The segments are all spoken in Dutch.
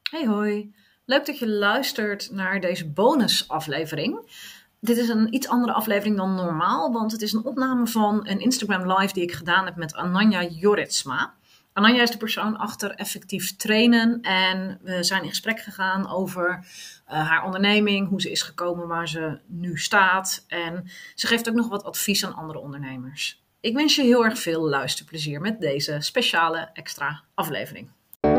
Hey hoi, leuk dat je luistert naar deze bonusaflevering. Dit is een iets andere aflevering dan normaal, want het is een opname van een Instagram live die ik gedaan heb met Ananya Jorritsma. Ananya is de persoon achter Effectief Trainen en we zijn in gesprek gegaan over haar onderneming, hoe ze is gekomen waar ze nu staat en ze geeft ook nog wat advies aan andere ondernemers. Ik wens je heel erg veel luisterplezier met deze speciale extra aflevering.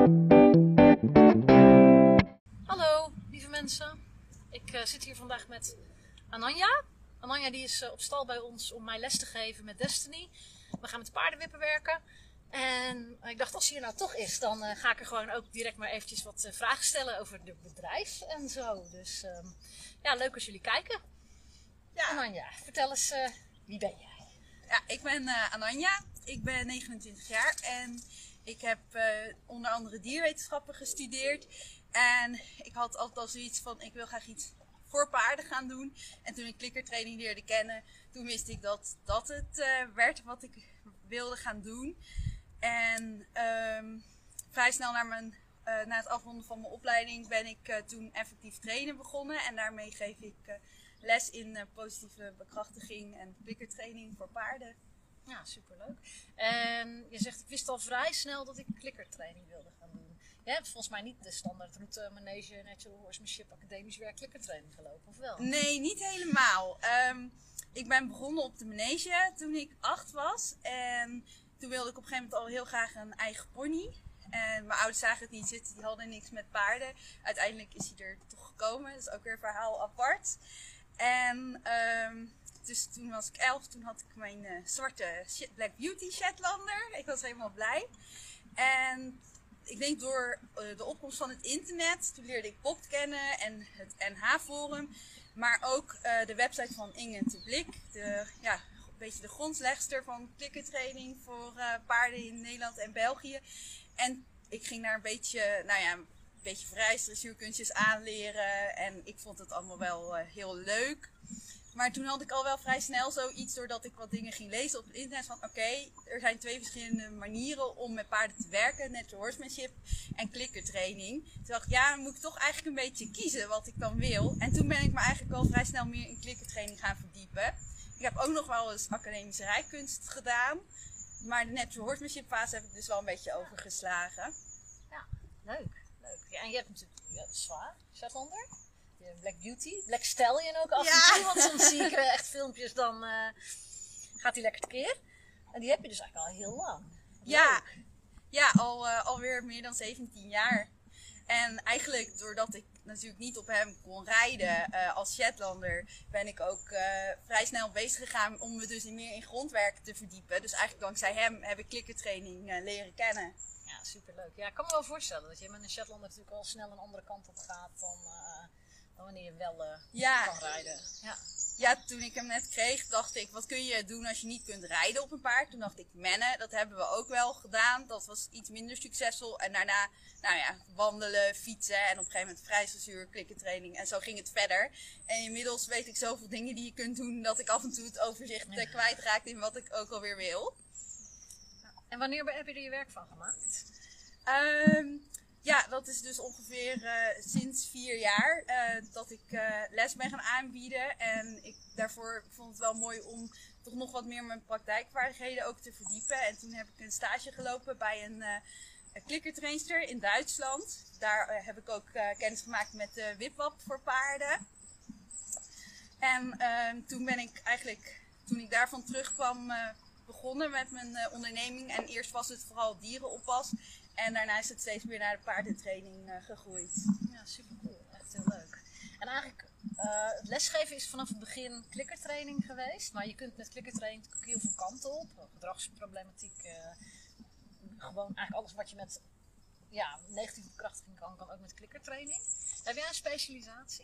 Hallo, lieve mensen. Ik zit hier vandaag met Ananya. Ananya die is op stal bij ons om mij les te geven met Destiny. We gaan met paardenwippen werken. En ik dacht, als ze hier nou toch is, dan ga ik er gewoon ook direct maar eventjes wat vragen stellen over het bedrijf en zo. Dus ja, leuk als jullie kijken. Ja. Ananya, vertel eens, wie ben jij? Ja, ik ben Ananya. Ik ben 29 jaar en ik heb onder andere dierwetenschappen gestudeerd. En ik had altijd al zoiets van, ik wil graag iets voor paarden gaan doen. En toen ik klikkertraining leerde kennen, toen wist ik dat dat het werd wat ik wilde gaan doen. En vrij snel na het afronden van mijn opleiding ben ik toen effectief trainen begonnen. En daarmee geef ik les in positieve bekrachtiging en klikkertraining voor paarden. Ja, superleuk. En je zegt, ik wist al vrij snel dat ik klikkertraining wilde gaan doen. Je hebt volgens mij niet de standaard route manege, natural horsemanship, academisch werk, klikkertraining gelopen, of wel? Nee, niet helemaal. Ik ben begonnen op de manege toen ik 8 was. En toen wilde ik op een gegeven moment al heel graag een eigen pony. En mijn ouders zagen het niet zitten, die hadden niks met paarden. Uiteindelijk is hij er toch gekomen, dat is ook weer een verhaal apart. En dus toen was ik 11, toen had ik mijn zwarte Black Beauty Shetlander. Ik was helemaal blij. En ik denk door de opkomst van het internet, toen leerde ik POCT kennen en het NH-forum. Maar ook de website van Inge te Blik, een beetje de grondlegster van klikkertraining voor paarden in Nederland en België. En ik ging daar een beetje vrijdressuurkunstjes aanleren en ik vond het allemaal wel heel leuk. Maar toen had ik al wel vrij snel zoiets, doordat ik wat dingen ging lezen op het internet, van oké, er zijn 2 verschillende manieren om met paarden te werken, natural horsemanship en klikkertraining. Toen dacht ik, ja, dan moet ik toch eigenlijk een beetje kiezen wat ik dan wil. En toen ben ik me eigenlijk al vrij snel meer in klikkertraining gaan verdiepen. Ik heb ook nog wel eens academische rijkunst gedaan, maar de natural horsemanship fase heb ik dus wel een beetje overgeslagen. Ja, leuk. Ja, en je hebt natuurlijk zwaar, Shetlander. Black Beauty, Black Stallion ook af en toe, want soms zie ik echt filmpjes, dan gaat hij lekker tekeer. En die heb je dus eigenlijk al heel lang. Ja, alweer meer dan 17 jaar. En eigenlijk doordat ik natuurlijk niet op hem kon rijden als Shetlander, ben ik ook vrij snel bezig gegaan om me dus meer in grondwerk te verdiepen. Dus eigenlijk dankzij hem heb ik klikkertraining leren kennen. Ja, superleuk. Ja, ik kan me wel voorstellen dat je met een Shetlander natuurlijk al snel een andere kant op gaat dan wanneer je wel kan rijden. Ja, toen ik hem net kreeg, dacht ik, wat kun je doen als je niet kunt rijden op een paard? Toen dacht ik, mennen, dat hebben we ook wel gedaan. Dat was iets minder succesvol. En daarna, wandelen, fietsen en op een gegeven moment vrijdressuur, klikkertraining. En zo ging het verder. En inmiddels weet ik zoveel dingen die je kunt doen, dat ik af en toe het overzicht kwijtraak in wat ik ook alweer wil. En wanneer heb je er je werk van gemaakt? Ja, dat is dus ongeveer sinds 4 jaar dat ik les ben gaan aanbieden. En ik daarvoor vond het wel mooi om toch nog wat meer mijn praktijkvaardigheden ook te verdiepen. En toen heb ik een stage gelopen bij een klikkertrainster in Duitsland. Daar heb ik ook kennis gemaakt met de wipwap voor paarden. En toen ben ik eigenlijk, toen ik daarvan terugkwam, begonnen met mijn onderneming. En eerst was het vooral dierenoppas. En daarna is het steeds meer naar de paardentraining gegroeid. Ja, super cool. Echt heel leuk. En eigenlijk, het lesgeven is vanaf het begin klikkertraining geweest. Maar je kunt met klikkertraining natuurlijk heel veel kanten op. Gedragsproblematiek. Gewoon eigenlijk alles wat je met negatieve bekrachtiging kan ook met klikkertraining. Heb jij een specialisatie?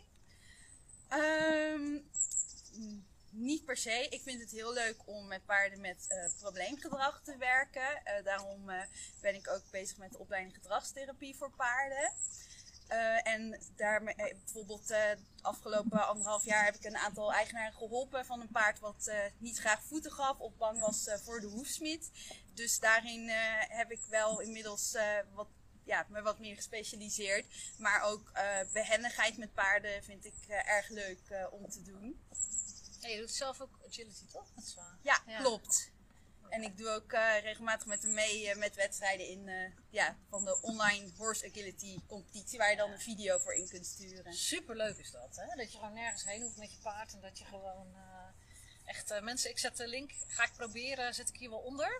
Niet per se. Ik vind het heel leuk om met paarden met probleemgedrag te werken. Daarom ben ik ook bezig met de opleiding gedragstherapie voor paarden. En daarmee, bijvoorbeeld afgelopen 1,5 jaar heb ik een aantal eigenaren geholpen van een paard wat niet graag voeten gaf of bang was voor de hoefsmid. Dus daarin heb ik wel inmiddels wat me wat meer gespecialiseerd. Maar ook behendigheid met paarden vind ik erg leuk om te doen. Ja, je doet zelf ook agility, toch? Dat is waar. Ja, klopt. En ik doe ook regelmatig met hem mee met wedstrijden van de online horse agility competitie, waar je dan een video voor in kunt sturen. Superleuk is dat, hè? Dat je gewoon nergens heen hoeft met je paard en dat je gewoon echt... mensen, ik zet de link, ga ik proberen, zet ik hier wel onder.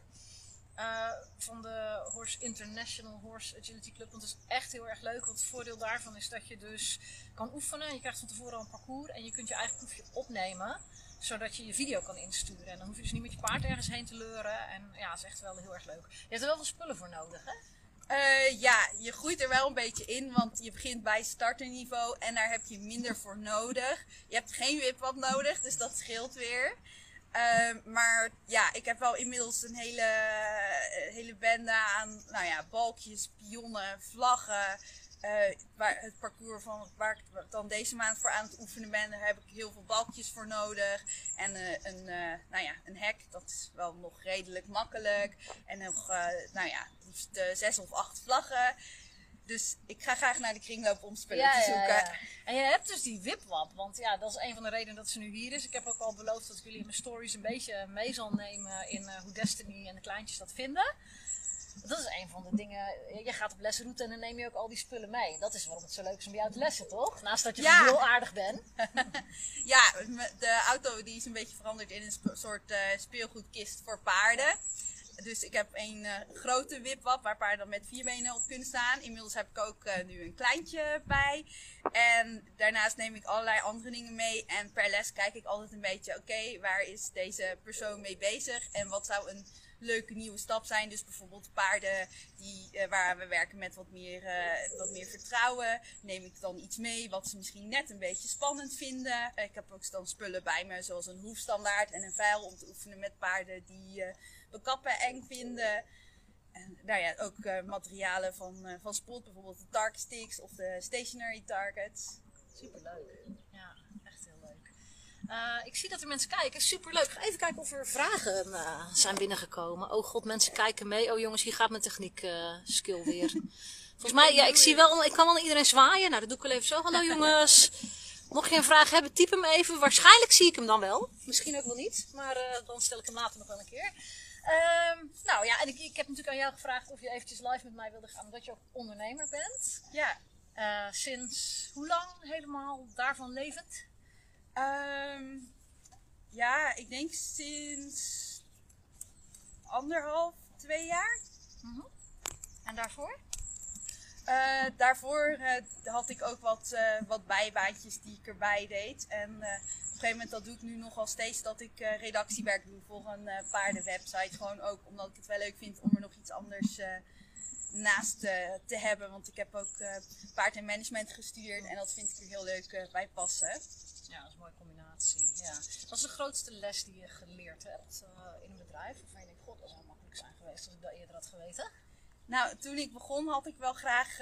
Van de International Horse Agility Club. Want het is echt heel erg leuk. Want het voordeel daarvan is dat je dus kan oefenen. Je krijgt van tevoren al een parcours en je kunt je eigen proefje opnemen. Zodat je je video kan insturen. En dan hoef je dus niet met je paard ergens heen te leuren. En ja, het is echt wel heel erg leuk. Je hebt er wel veel spullen voor nodig, hè? Je groeit er wel een beetje in, want je begint bij starterniveau en daar heb je minder voor nodig. Je hebt geen wipwap nodig, dus dat scheelt weer. Maar ja, ik heb wel inmiddels een hele bende aan balkjes, pionnen, vlaggen. Het parcours waar ik dan deze maand voor aan het oefenen ben, daar heb ik heel veel balkjes voor nodig. En een hek, dat is wel nog redelijk makkelijk. En nog liefst 6 of 8 vlaggen. Dus ik ga graag naar de kringloop om spullen te zoeken. Ja. En je hebt dus die wipwap, want ja, dat is een van de redenen dat ze nu hier is. Ik heb ook al beloofd dat ik jullie in mijn stories een beetje mee zal nemen in hoe Destiny en de kleintjes dat vinden. Dat is een van de dingen. Je gaat op lesroute en dan neem je ook al die spullen mee. Dat is waarom het zo leuk is om bij jou te lessen, toch? Naast dat je heel aardig bent. Ja, de auto die is een beetje veranderd in een soort speelgoedkist voor paarden. Dus ik heb een grote wipwap waar paarden dan met 4 benen op kunnen staan. Inmiddels heb ik ook nu een kleintje bij. En daarnaast neem ik allerlei andere dingen mee. En per les kijk ik altijd een beetje, oké, waar is deze persoon mee bezig? En wat zou een leuke nieuwe stap zijn? Dus bijvoorbeeld paarden waar we werken met wat meer vertrouwen. Neem ik dan iets mee wat ze misschien net een beetje spannend vinden. Ik heb ook dan spullen bij me, zoals een hoefstandaard en een vijl om te oefenen met paarden die bekappen eng vinden. En ook materialen van sport, bijvoorbeeld de target sticks of de stationary targets. Superleuk. Ja, echt heel leuk. Ik zie dat er mensen kijken. Superleuk. Ik ga even kijken of er vragen zijn binnengekomen. Oh god, mensen kijken mee. Oh jongens, hier gaat mijn techniek skill weer. Volgens mij, ja, ik kan wel iedereen zwaaien. Nou, dat doe ik wel even zo. Hallo jongens. Mocht je een vraag hebben, typ hem even. Waarschijnlijk zie ik hem dan wel. Misschien ook wel niet. Maar dan stel ik hem later nog wel een keer. En ik heb natuurlijk aan jou gevraagd of je eventjes live met mij wilde gaan, omdat je ook ondernemer bent. Ja. Sinds hoe lang helemaal daarvan levend? Ik denk sinds 1,5-2 jaar. Mm-hmm. En daarvoor? Daarvoor had ik ook wat bijbaantjes die ik erbij deed. En op een gegeven moment, dat doe ik nu nogal steeds, dat ik redactiewerk doe voor een paardenwebsite. Gewoon ook omdat ik het wel leuk vind om er nog iets anders naast te hebben. Want ik heb ook paard en management gestudeerd en dat vind ik er heel leuk bij passen. Ja, dat is een mooie combinatie. Ja. Wat is de grootste les die je geleerd hebt in een bedrijf? Waarvan je denkt, god, dat zou makkelijk zijn geweest als ik dat eerder had geweten? Nou, toen ik begon had ik wel graag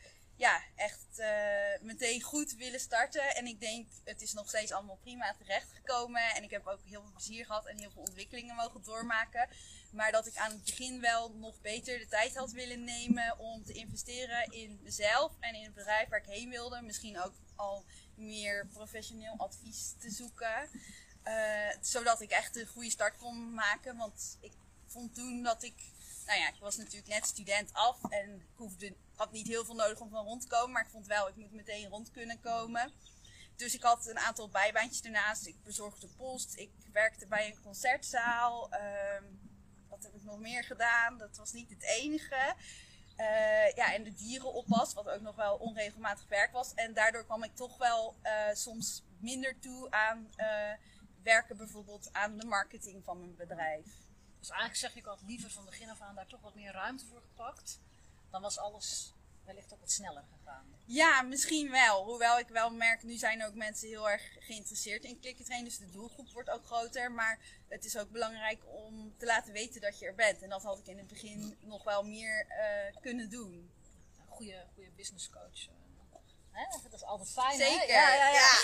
meteen goed willen starten. En ik denk, het is nog steeds allemaal prima terechtgekomen. En ik heb ook heel veel plezier gehad en heel veel ontwikkelingen mogen doormaken. Maar dat ik aan het begin wel nog beter de tijd had willen nemen om te investeren in mezelf en in het bedrijf waar ik heen wilde. Misschien ook al meer professioneel advies te zoeken. Zodat ik echt een goede start kon maken. Want ik vond toen dat ik was natuurlijk net student af en ik had niet heel veel nodig om van rond te komen. Maar ik vond wel, ik moet meteen rond kunnen komen. Dus ik had een aantal bijbaantjes ernaast. Ik bezorgde post, ik werkte bij een concertzaal. Wat heb ik nog meer gedaan? Dat was niet het enige. En de dierenoppas, wat ook nog wel onregelmatig werk was. En daardoor kwam ik toch wel soms minder toe aan werken bijvoorbeeld aan de marketing van mijn bedrijf. Dus eigenlijk zeg je, ik had liever van begin af aan daar toch wat meer ruimte voor gepakt. Dan was alles wellicht ook wat sneller gegaan. Ja, misschien wel. Hoewel ik wel merk, nu zijn ook mensen heel erg geïnteresseerd in klikkertrain. Dus de doelgroep wordt ook groter. Maar het is ook belangrijk om te laten weten dat je er bent. En dat had ik in het begin nog wel meer kunnen doen. Een goede business coach. Dat is altijd fijn. Zeker, hè? ja.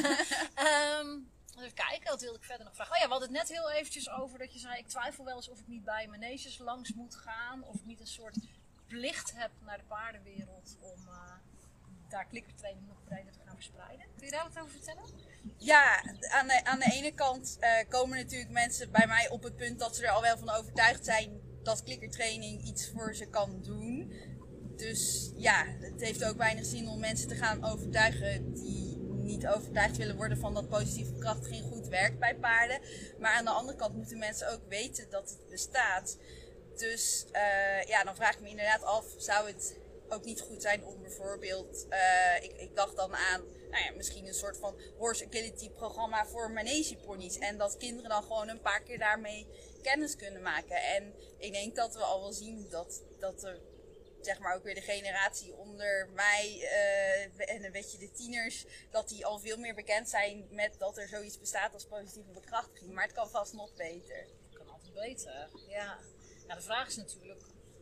Even kijken, wat wilde ik verder nog vragen? Oh ja, we hadden het net heel eventjes over dat je zei, ik twijfel wel eens of ik niet bij maneges langs moet gaan. Of ik niet een soort plicht hebt naar de paardenwereld om daar klikkertraining nog breder te gaan verspreiden. Kun je daar wat over vertellen? Ja, aan de ene kant komen natuurlijk mensen bij mij op het punt dat ze er al wel van overtuigd zijn dat klikkertraining iets voor ze kan doen. Dus ja, het heeft ook weinig zin om mensen te gaan overtuigen die niet overtuigd willen worden van dat positieve bekrachtiging goed werkt bij paarden. Maar aan de andere kant moeten mensen ook weten dat het bestaat. Dus dan vraag ik me inderdaad af, zou het ook niet goed zijn om bijvoorbeeld, ik dacht dan aan misschien een soort van horse agility programma voor manegeponies. En dat kinderen dan gewoon een paar keer daarmee kennis kunnen maken. En ik denk dat we al wel zien dat er zeg maar ook weer de generatie onder mij en een beetje de tieners, dat die al veel meer bekend zijn met dat er zoiets bestaat als positieve bekrachtiging. Maar het kan vast nog beter. Het kan altijd beter, ja. De vraag is natuurlijk,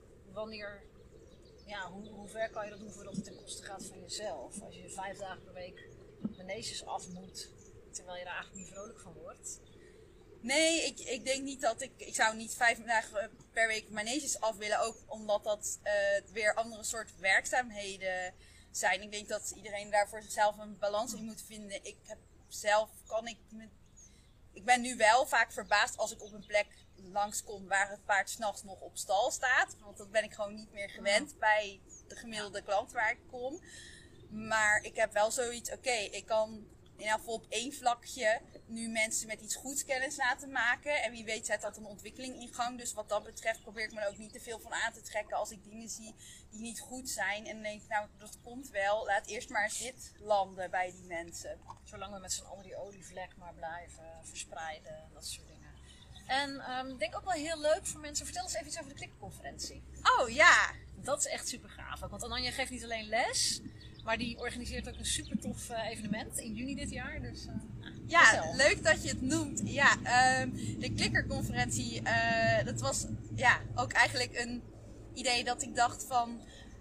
hoe ver kan je dat doen voordat het ten koste gaat van jezelf? Als je 5 dagen per week maneges af moet, terwijl je daar eigenlijk niet vrolijk van wordt. Nee, ik denk niet dat ik zou niet 5 dagen per week maneges af willen. Ook omdat dat weer andere soort werkzaamheden zijn. Ik denk dat iedereen daar voor zichzelf een balans in moet vinden. Ik ben nu wel vaak verbaasd als ik op een plek langskom waar het paard 's nachts nog op stal staat. Want dat ben ik gewoon niet meer gewend bij de gemiddelde klant waar ik kom. Maar ik heb wel zoiets, ik kan in elk geval op 1 vlakje nu mensen met iets goeds kennis laten maken. En wie weet zet dat een ontwikkeling in gang. Dus wat dat betreft probeer ik me er ook niet te veel van aan te trekken als ik dingen zie die niet goed zijn. En dan denk ik, nou dat komt wel, laat eerst maar eens dit landen bij die mensen. Zolang we met z'n allen die olievlek maar blijven verspreiden, dat soort dingen. En ik denk ook wel heel leuk voor mensen, vertel eens even iets over de klikkerconferentie. Oh ja! Dat is echt super gaaf. Want Ananja geeft niet alleen les, maar die organiseert ook een super tof evenement in juni dit jaar. Dus, ja, leuk dat je het noemt. Ja, de klikkerconferentie, dat was ook eigenlijk een idee dat ik dacht van,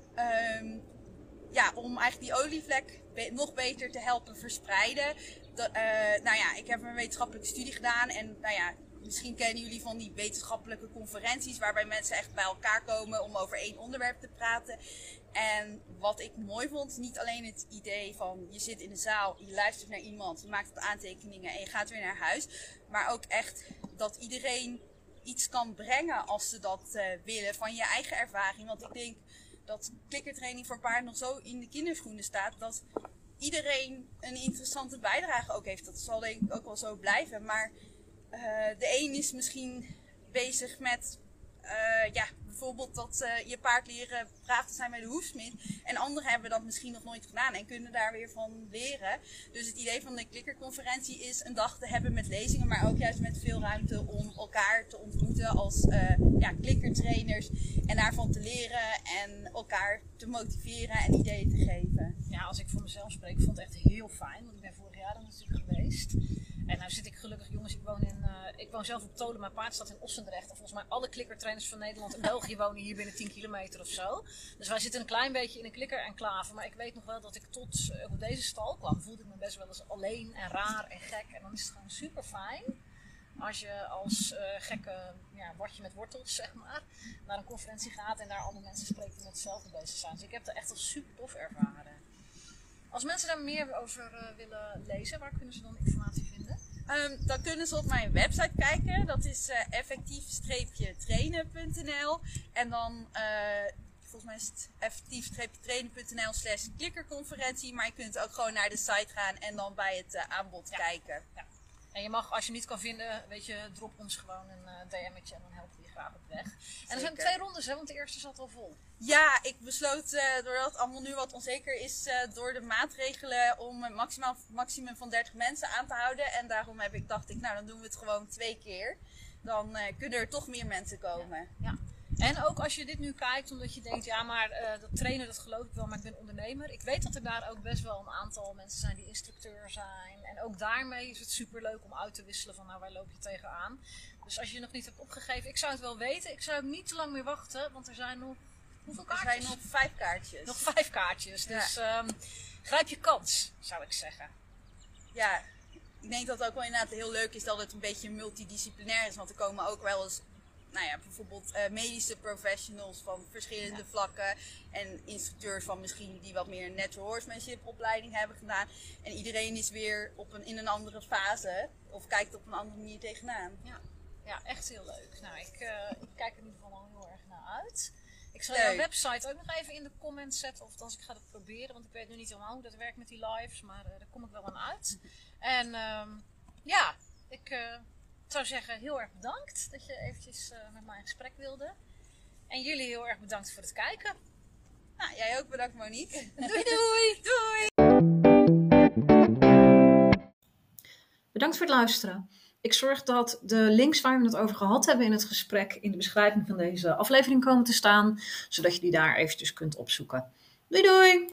om eigenlijk die olievlek nog beter te helpen verspreiden. Ik heb een wetenschappelijke studie gedaan en misschien kennen jullie van die wetenschappelijke conferenties waarbij mensen echt bij elkaar komen om over 1 onderwerp te praten. En wat ik mooi vond, is niet alleen het idee van je zit in de zaal, je luistert naar iemand, je maakt wat aantekeningen en je gaat weer naar huis. Maar ook echt dat iedereen iets kan brengen als ze dat willen van je eigen ervaring. Want ik denk dat klikkertraining voor paarden nog zo in de kinderschoenen staat dat iedereen een interessante bijdrage ook heeft. Dat zal denk ik ook wel zo blijven. Maar de een is misschien bezig met bijvoorbeeld dat je paard leren braaf te zijn bij de hoefsmid. En anderen hebben dat misschien nog nooit gedaan en kunnen daar weer van leren. Dus het idee van de klikkerconferentie is een dag te hebben met lezingen, maar ook juist met veel ruimte om elkaar te ontmoeten als klikkertrainers. En daarvan te leren en elkaar te motiveren en ideeën te geven. Ja, als ik voor mezelf spreek, vond het echt heel fijn, want ik ben vorig jaar dan natuurlijk geweest. En nou zit ik gelukkig, jongens, ik woon zelf op Tolen, mijn paard staat in Ossendrecht. En volgens mij alle klikkertrainers van Nederland en België wonen hier binnen 10 kilometer of zo. Dus wij zitten een klein beetje in een klikker-enclave. Maar ik weet nog wel dat ik tot op deze stal kwam, voelde ik me best wel eens alleen en raar en gek. En dan is het gewoon super fijn als je als gekke watje met wortels, zeg maar, naar een conferentie gaat en daar andere mensen spreekt die met hetzelfde bezig zijn. Dus ik heb het echt als super tof ervaren. Als mensen daar meer over willen lezen, waar kunnen ze dan informatie vinden? Dan kunnen ze op mijn website kijken. Dat is effectief-trainen.nl. En dan, volgens mij is het effectief-trainen.nl/klikkerconferentie. Maar je kunt ook gewoon naar de site gaan en dan bij het aanbod kijken. Ja. En je mag, als je niet kan vinden, drop ons gewoon een DM'tje en dan helpen we je graag op weg. En er zijn 2 rondes, hè, want de eerste zat al vol. Ja, ik besloot, doordat het allemaal nu wat onzeker is, door de maatregelen om een maximum van 30 mensen aan te houden. En daarom dacht ik, dan doen we het gewoon 2 keer. Dan kunnen er toch meer mensen komen. Ja. En ook als je dit nu kijkt, omdat je denkt, dat trainen, dat geloof ik wel, maar ik ben ondernemer. Ik weet dat er daar ook best wel een aantal mensen zijn die instructeur zijn. En ook daarmee is het superleuk om uit te wisselen van, waar loop je tegenaan. Dus als je je nog niet hebt opgegeven, ik zou het wel weten. Ik zou niet te lang meer wachten, want er zijn nog, hoeveel kaartjes? Er zijn nog 5 kaartjes. Nog 5 kaartjes, dus grijp je kans, zou ik zeggen. Ja, ik denk dat het ook wel inderdaad heel leuk is dat het een beetje multidisciplinair is, want er komen ook wel eens nou ja, bijvoorbeeld medische professionals van verschillende vlakken. En instructeurs van misschien die wat meer een natural horsemanship opleiding hebben gedaan. En iedereen is weer in een andere fase of kijkt op een andere manier tegenaan. Ja, echt heel leuk. Nou, ik kijk er in ieder geval al heel erg naar uit. Ik zal jouw website ook nog even in de comments zetten. Of althans, ik ga het proberen. Want ik weet nu niet helemaal hoe dat werkt met die lives. Maar daar kom ik wel aan uit. En ik zou zeggen heel erg bedankt dat je eventjes met mij in gesprek wilde. En jullie heel erg bedankt voor het kijken. Nou, jij ook bedankt, Monique. Doei doei! Doei! Bedankt voor het luisteren. Ik zorg dat de links waar we het over gehad hebben in het gesprek in de beschrijving van deze aflevering komen te staan, zodat je die daar eventjes kunt opzoeken. Doei doei!